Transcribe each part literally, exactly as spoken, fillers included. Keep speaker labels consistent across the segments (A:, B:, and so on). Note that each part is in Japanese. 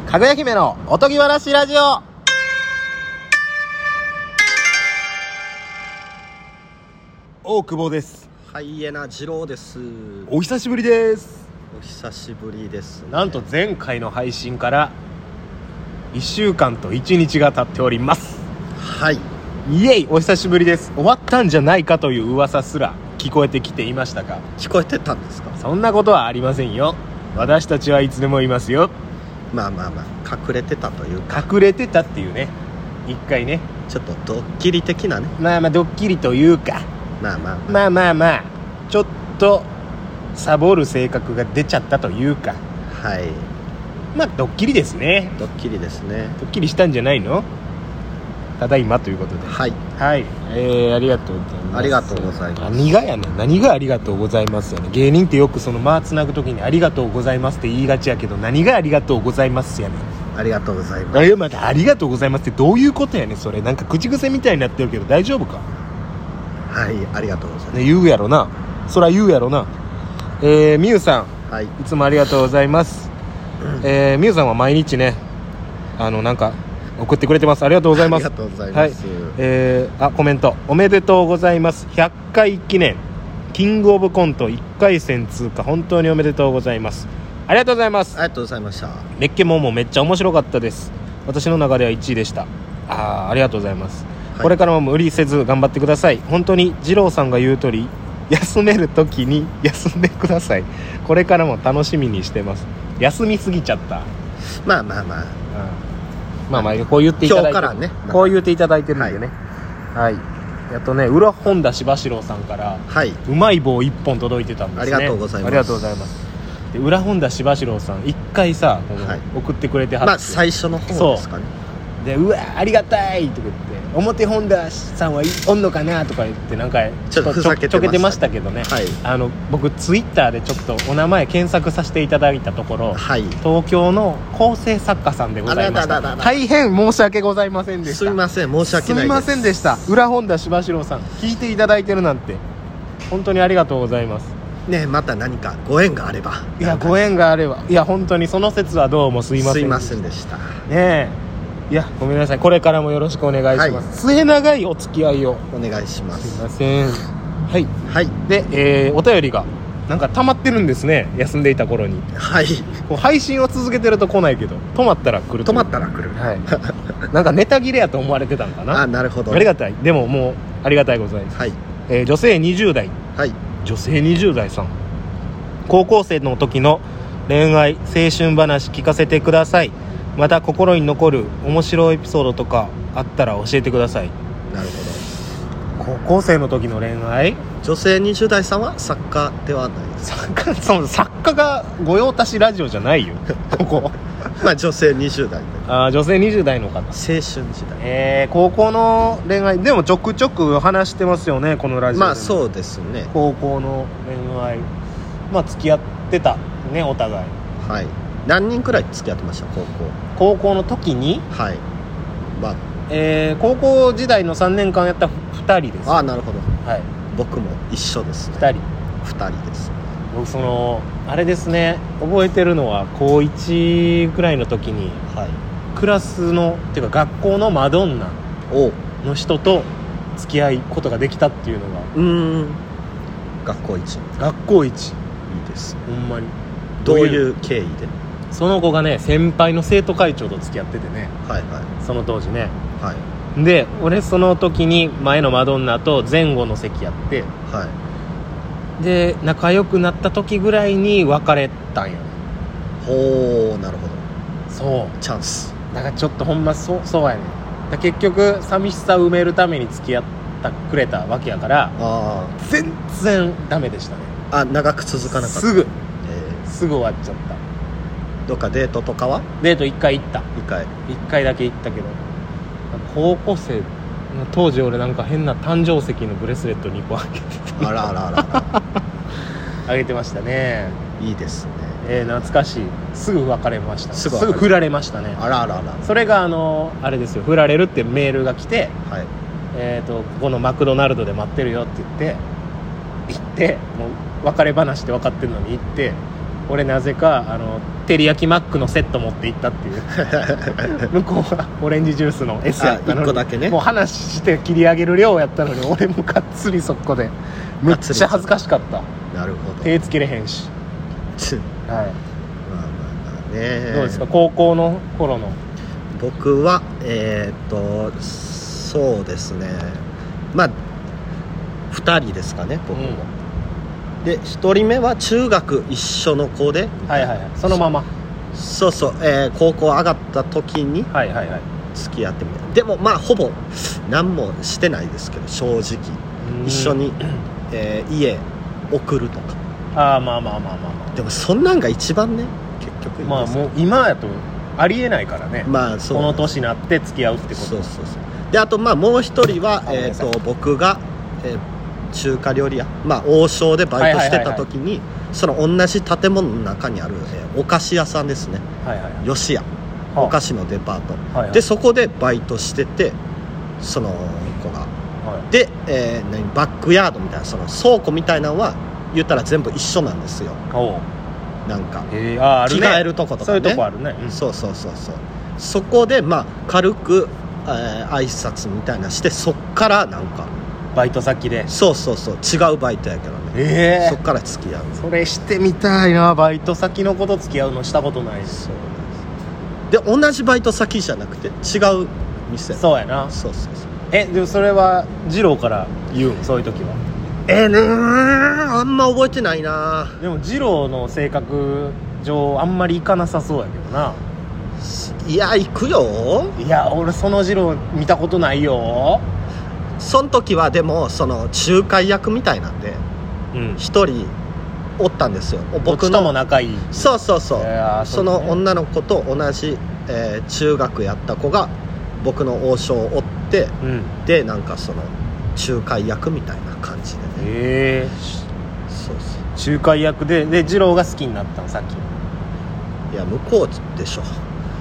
A: かぐや姫のおとぎ話ラジオ。大久保です。
B: ハイエナ二郎です。
A: お久しぶりです。
B: お久しぶりです、ね、
A: なんと前回の配信からいっしゅうかんといちにちが経っております。
B: はい、
A: イエイ、お久しぶりです。終わったんじゃないかという噂すら聞こえてきていましたが、
B: 聞こえてたんですか？
A: そんなことはありませんよ。私たちはいつでもいますよ。
B: まあまあまあ隠れてたというか、
A: 隠れてたっていうね、一回ね、
B: ちょっとドッキリ的なね、
A: まあまあドッキリというか、
B: まあまあまあ
A: まあまあまあちょっとサボる性格が出ちゃったというか、
B: はい、
A: まあドッキリですね。
B: ドッキリですね。
A: ドッキリしたんじゃないの？ただいまということで、
B: はい
A: はい、えー、ありがとうございます。
B: ありがとうございます。
A: 何がやねん、何がありがとうございますやねん。芸人ってよくその間つなぐときにありがとうございますって言いがちやけど、何がありがとうございますやねん。
B: ありがとうございます。
A: あれまたありがとうございますってどういうことやねん。それなんか口癖みたいになってるけど大丈夫か？
B: はい、ありがとうございます、
A: ね、言うやろな、そら言うやろな。えー、みゆさん、
B: はい、
A: いつもありがとうございます、うん。えー、みゆさんは毎日ね、あのなんか送ってくれてます。ありがとうございます。
B: ありがとうございます、
A: はい。えー、あ、コメントおめでとうございます。ひゃっかい記念キングオブコントいっかい戦通過、本当におめでとうございます。ありがとうございます。
B: ありがとうございました。
A: メッケモンもめっちゃ面白かったです。私の中ではいちいでした。あー、ありがとうございます、はい。これからも無理せず頑張ってください。本当に二郎さんが言う通り、休める時に休んでください。これからも楽しみにしてます。休みすぎちゃった。
B: まあまあまあ、うん、
A: まあまあこう言っていただいて、
B: 今日からね、
A: こう言っていただいてるんでね。はい、はい。あとね、裏本田柴四郎さんから、はい、うまい棒いっぽん届いてたんですね。
B: ありがとうございます。
A: ありがとうございます。で、裏本田柴四郎さん一回さ、この、はい、送ってくれてはって、
B: まあ最初の方ですかね。
A: で、うわありがたいとか言って、表本田さんはおんのかなとか言って、なんか
B: ちょっとふざけてました、ね、
A: ちょけてましたけどね、
B: はい、
A: あの僕ツイッターでちょっとお名前検索させていただいたところ、はい、東京の構成作家さんでございました。大変申し訳ございませんでした。
B: すみません、申し訳ないです。
A: すみませんでした。裏本田柴四郎さん聞いていただいてるなんて本当にありがとうございます
B: ね。また何かご縁があれば。
A: いや、ご縁があれば、いや本当にその説はどうもすいません。
B: すいませんでした
A: ねえ。いや、ごめんなさい。これからもよろしくお願いします、はい、末永いお付き合いを
B: お願いします。
A: すいません。はい、
B: はい。
A: で、えー、お便りがなんか溜まってるんですね。休んでいた頃に。
B: はい。
A: こう配信を続けてると来ないけど、止まったら来る。
B: 止まったら来る。
A: はい。なんかネタ切れやと思われてたんかな。
B: あ、なるほど。
A: ありがたい。でももうありがたいございます。はい。えー、女性にじゅう代。
B: はい。
A: 女性にじゅう代さん。高校生の時の恋愛青春話聞かせてください。また心に残る面白いエピソードとかあったら教えてください。なるほど。高校生の時の恋愛。
B: 女性にじゅう代さんは作家ではないです。
A: 作家、その作家が御用達ラジオじゃないよここ
B: まあ女性にじゅう代で。
A: あ、女性にじゅう代の方。青
B: 春時代。
A: えー、高校の恋愛でもちょくちょく話してますよね、このラジオで。
B: まあそうですね。
A: 高校の恋愛、まあ付き合ってたね、お互い。はい。
B: 何人くらい付き合ってました？高校
A: 高校の時に、はい、まあえー、高校時代のさんねんかんやったふたりです。
B: ああ、なるほど。
A: はい、僕
B: も一緒ですね。
A: ふたり
B: ふたりです。
A: 僕そのあれですね、覚えてるのは高いちくらいの時に、はい、クラスのっていうか学校のマドンナの人と付き合うことができたっていうのが。
B: うーん、学校一
A: 学校一い
B: いです。
A: ほんまに。
B: どういう経緯で？
A: その子がね、先輩の生徒会長と付き合っててね、
B: はいはい、
A: その当時ね、
B: はい、
A: で俺その時に前のマドンナと前後の席やって、はい、で仲良くなった時ぐらいに別れたんや。
B: ほう、なるほど。
A: そう
B: チャンス
A: だからちょっとほんまそうそうやね。だ結局寂しさを埋めるために付き合ってくれたわけやから、あ全然ダメでしたね。
B: あ、長く続かなかった。
A: すぐ、えー、すぐ終わっちゃった。
B: どっかデートとかは？
A: デートいっかい行った。いっかいいっかいだけ行ったけど、高校生の当時俺なんか変な誕生石のブレスレットにこあげてた。あらあらあらあげてましたね。
B: いいですね。
A: えー、懐かしい。すぐ別れました。すぐすぐ振られましたね。
B: あらあらあら。
A: それがあのあれですよ、振られるってメールが来て、はい、えーとここのマクドナルドで待ってるよって言って行って、もう別れ話って分かってるのに行って、 俺なぜかあの照り焼きマックのセット持って行ったっていう向こうはオレンジジュースの S やったのに
B: あいっこだけね
A: もう話して切り上げる量やったのに俺もがっつりそこでめっちゃ恥ずかしかった
B: なるほど
A: 手つけれへんし、
B: つ
A: は
B: まあまあまあね
A: い、どうですか高校の頃の
B: 僕はえー、っとそうですねまあふたりですかね僕も、うん、でひとりめは中学一緒の子で
A: はいはいはいそのまま
B: そうそう、えー、高校上がった時に
A: はいはいはい
B: 付き合ってみたでもまあほぼ何もしてないですけど正直一緒に、えー、家送るとか
A: ああまあまあまあまあまあ
B: でもそんなんが一番ね結局
A: まあもう今やとありえないからね
B: まあそう
A: この年になって付き合うってこと
B: そうそうそうであとまあもう一人は、
A: あ
B: えー、と僕が、えー中華料理屋、まあ、王将でバイトしてた時に、その同じ建物の中にある、えーお菓子屋さんですね、
A: はいはいはい
B: 吉屋、
A: はあ
B: お菓子のデパート、
A: はいはい
B: でそこでバイトしててその子が
A: はい
B: で、えー何バックヤードみたいなその倉庫みたいなのは言ったら全部一緒なんですよ
A: おう
B: なんか、
A: えー、あーあるね
B: 着替えるとことかね
A: そういうとこあるね、うん
B: そうそうそうそうそこでまあ軽く、えー挨拶みたいなしてそっからなんか
A: バイト先で
B: そうそうそう違うバイトやけどね、
A: ええ
B: そっから付き合う
A: それしてみたいなバイト先の子と付き合うのしたことないし
B: そうで同じバイト先じゃなくて違う店
A: そうやな
B: そうそうそう
A: えでもそれは二郎から言うんそういう時は
B: えー、ねーあんま覚えてないな
A: でも二郎の性格上あんまり行かなさそうやけどない
B: や行くよ
A: いや俺その二郎見たことないよ
B: その時はでもその仲介役みたいなんで
A: うん
B: 一人おったんですよ
A: 僕
B: 僕
A: とも
B: の
A: 仲いい
B: そうそうそう、
A: いやー
B: そ
A: そうね
B: の女の子と同じ、えー中学やった子が僕の王将を追って
A: うん
B: でなんかその仲介役みたいな感じでね
A: ええ
B: そうそう
A: 仲介役でで二郎が好きになったのさっき
B: いや向こうでしょ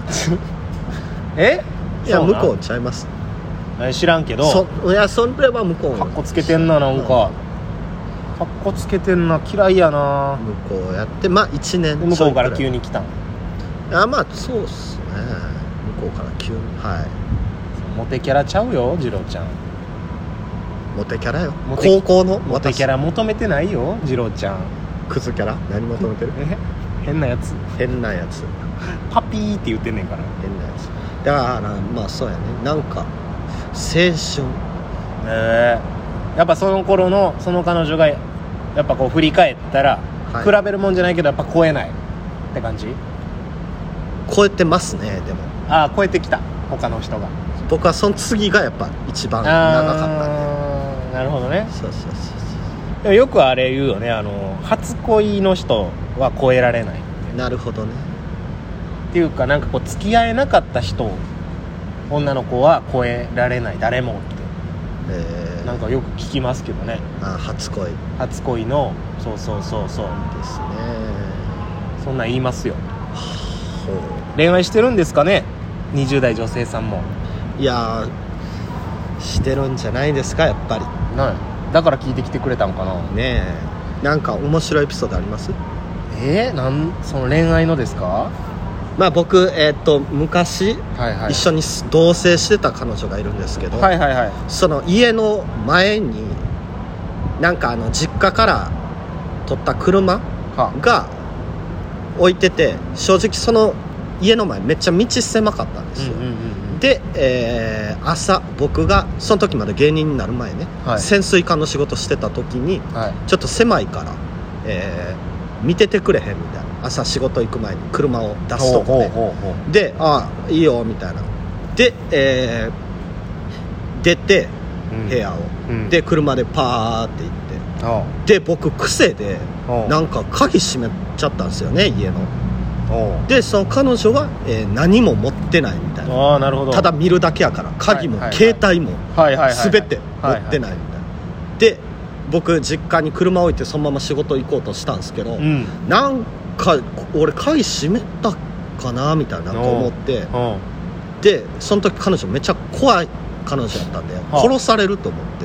A: え
B: いや
A: そうなん
B: 向こうちゃいます
A: え知らんけど
B: そいやそれは向こう
A: かっこつけてんななんかかっこつけてんな嫌いやな
B: 向こうやってまあいちねん
A: で向こうから急
B: に
A: に来たん
B: あまあそうっすね向こうから急にはい
A: モテキャラちゃうよ次郎ちゃん
B: モテキャラよ
A: モテ
B: 高校の
A: モテキャラ求めてないよ次郎ちゃん
B: 私クズキャラ何求めてる
A: え変なやつ
B: 変なやつ
A: パピーって言ってんねんから
B: 変なやつだからまあそうやねなんか青春
A: ええやっぱその頃のその彼女がやっぱこう振り返ったら、
B: はい
A: 比べるもんじゃないけどやっぱ超えないって感じ
B: 超えてますねでも
A: ああ超えてきた他の人が
B: 僕はその次がやっぱ一番長かったんで
A: あーなるほどね
B: そうそうそうそう
A: でもよくあれ言うよねあの初恋の人は超えられない
B: なるほどね
A: っていうかなんかこう付き合えなかった人女の子は超えられない誰もって
B: えー、
A: なんかよく聞きますけどね
B: あ初恋
A: 初恋のそうそうそうそう
B: ですね
A: そんなん言いますよ
B: ほ
A: 恋愛してるんですかねにじゅう代女性さんも
B: ういやーしてるんじゃないですかやっぱり
A: なんだから聞いてきてくれたんかな
B: ねえなんか面白いエピソードあります
A: えー、なんその恋愛のですか
B: まあ僕えっ、と昔、
A: はいはい
B: 一緒に同棲してた彼女がいるんですけど、
A: はいはいはい
B: その家の前になんかあの実家から取った車
A: は
B: が置いてて正直その家の前めっちゃ道狭かったんですよ、
A: うんうんうんうん
B: で、えー朝僕がその時まで芸人になる前ね、
A: はい
B: 潜水艦の仕事してた時に
A: はい
B: ちょっと狭いから、えー見ててくれへんみたいな朝仕事行く前に車を出すとこで、
A: ほうほうほうほう
B: でああいいよみたいなで、えー出て
A: うん
B: 部屋を、
A: うん
B: で車でパーって行って
A: おう
B: で僕癖で
A: おう
B: なんか鍵閉めちゃったんですよね家の
A: おう
B: でその彼女は、えー何も持ってないみたいな
A: ああなるほど
B: ただ見るだけやから鍵も
A: はいはい
B: 携帯も
A: はいはいはいはい
B: 全て持ってないみたいなで僕実家に車置いてそのまま仕事行こうとしたんですけど、
A: うん
B: なんか俺鍵閉めたかなみたいななんか思って
A: おう
B: でその時彼女めっちゃ怖い彼女やったんで
A: あ
B: 殺されると思って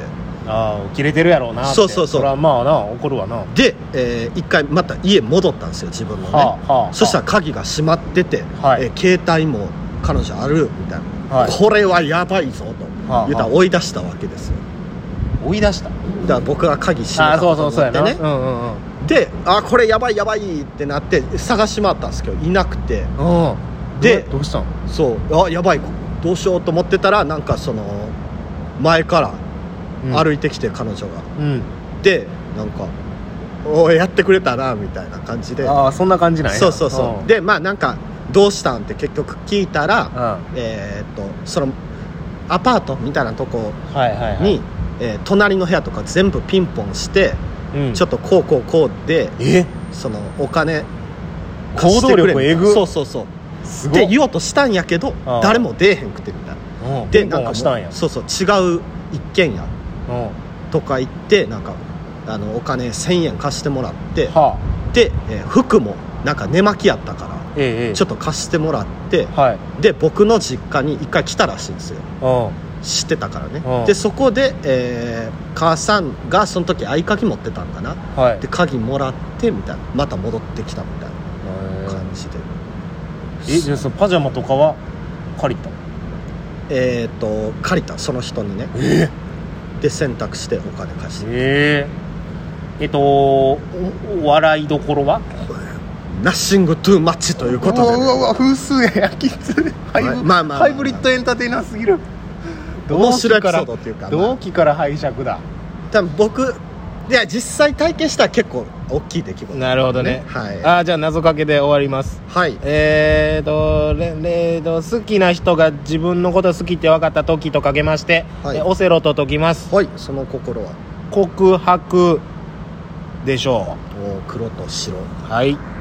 A: ああ切れてるやろうなって。
B: そうそうそう
A: それはまあな怒るわな。
B: で、えー、一回また家戻ったんですよ自分のね、
A: はあはあ、
B: そしたら鍵が閉まってて、
A: はい
B: えー、携帯も彼女あるみたいな、
A: はい、
B: これはやばいぞと
A: はあ、
B: 言ったら追い出したわけですよ。
A: 追い出した。
B: だから僕が鍵閉め
A: あ
B: たこと
A: そうそうそうやな、
B: になってね、
A: うんうんうん、
B: であこれやばいやばいってなって探し回ったんですけどいなくて、
A: うん
B: で
A: どうしたん。
B: そうあやばいどうしようと思ってたらなんかその前から歩いてきて彼女が、
A: うん、
B: でなんかおいやってくれたなみたいな感じで、
A: ああそんな感じなんや。
B: そうそうそう、
A: ん、
B: でまあなんかどうしたんって結局聞いたら、
A: うん、
B: えー、っとそのアパートみたいなとこに、
A: はいはいはい、
B: えー、隣の部屋とか全部ピンポンして、うん、ちょっとこうこうこうで
A: え
B: そのお金
A: 行動力えぐ。
B: そうそうそう
A: すごい
B: って言おうとしたんやけど誰も出えへんくてみたいな、でなんかもうそうそう違う一軒家とか行ってなんかあのお金せんえん貸してもらって、はあ、で、えー、服もなんか寝巻きやったから、ええ、ちょっと貸してもらって、はい、で僕の実家に一回来たらしいんですよ、うん、知ってたからね、うん、でそこで、えー、母さんがその時合鍵持ってたんかな、はい、で鍵もらってみたいなまた戻ってきたみたいな感じで、
A: えじゃあそのパジャマとかは借りた。
B: えっ、ー、と借りたその人にね、えー、で洗濯してお金貸して、
A: えー、えっとお笑いどころは
B: ナッシングトゥーマッチということで、ね、
A: うわうわ風水やきつハイブ、まあまあまあまあ、ハイブリッドエンターテイナーすぎる。
B: 面白いエピソードっていうか
A: 同期から拝借だ。
B: 多分僕いや実際体験したら結構大きい出来事、ね、
A: なるほどね、
B: はい、
A: あじゃあ謎かけで終わります。
B: はい
A: えーとレレーと好きな人が自分のこと好きって分かった時とかけまして、はい、オセロと解きます。
B: はい。その心は
A: 告白でしょう。
B: お黒と白。
A: はい。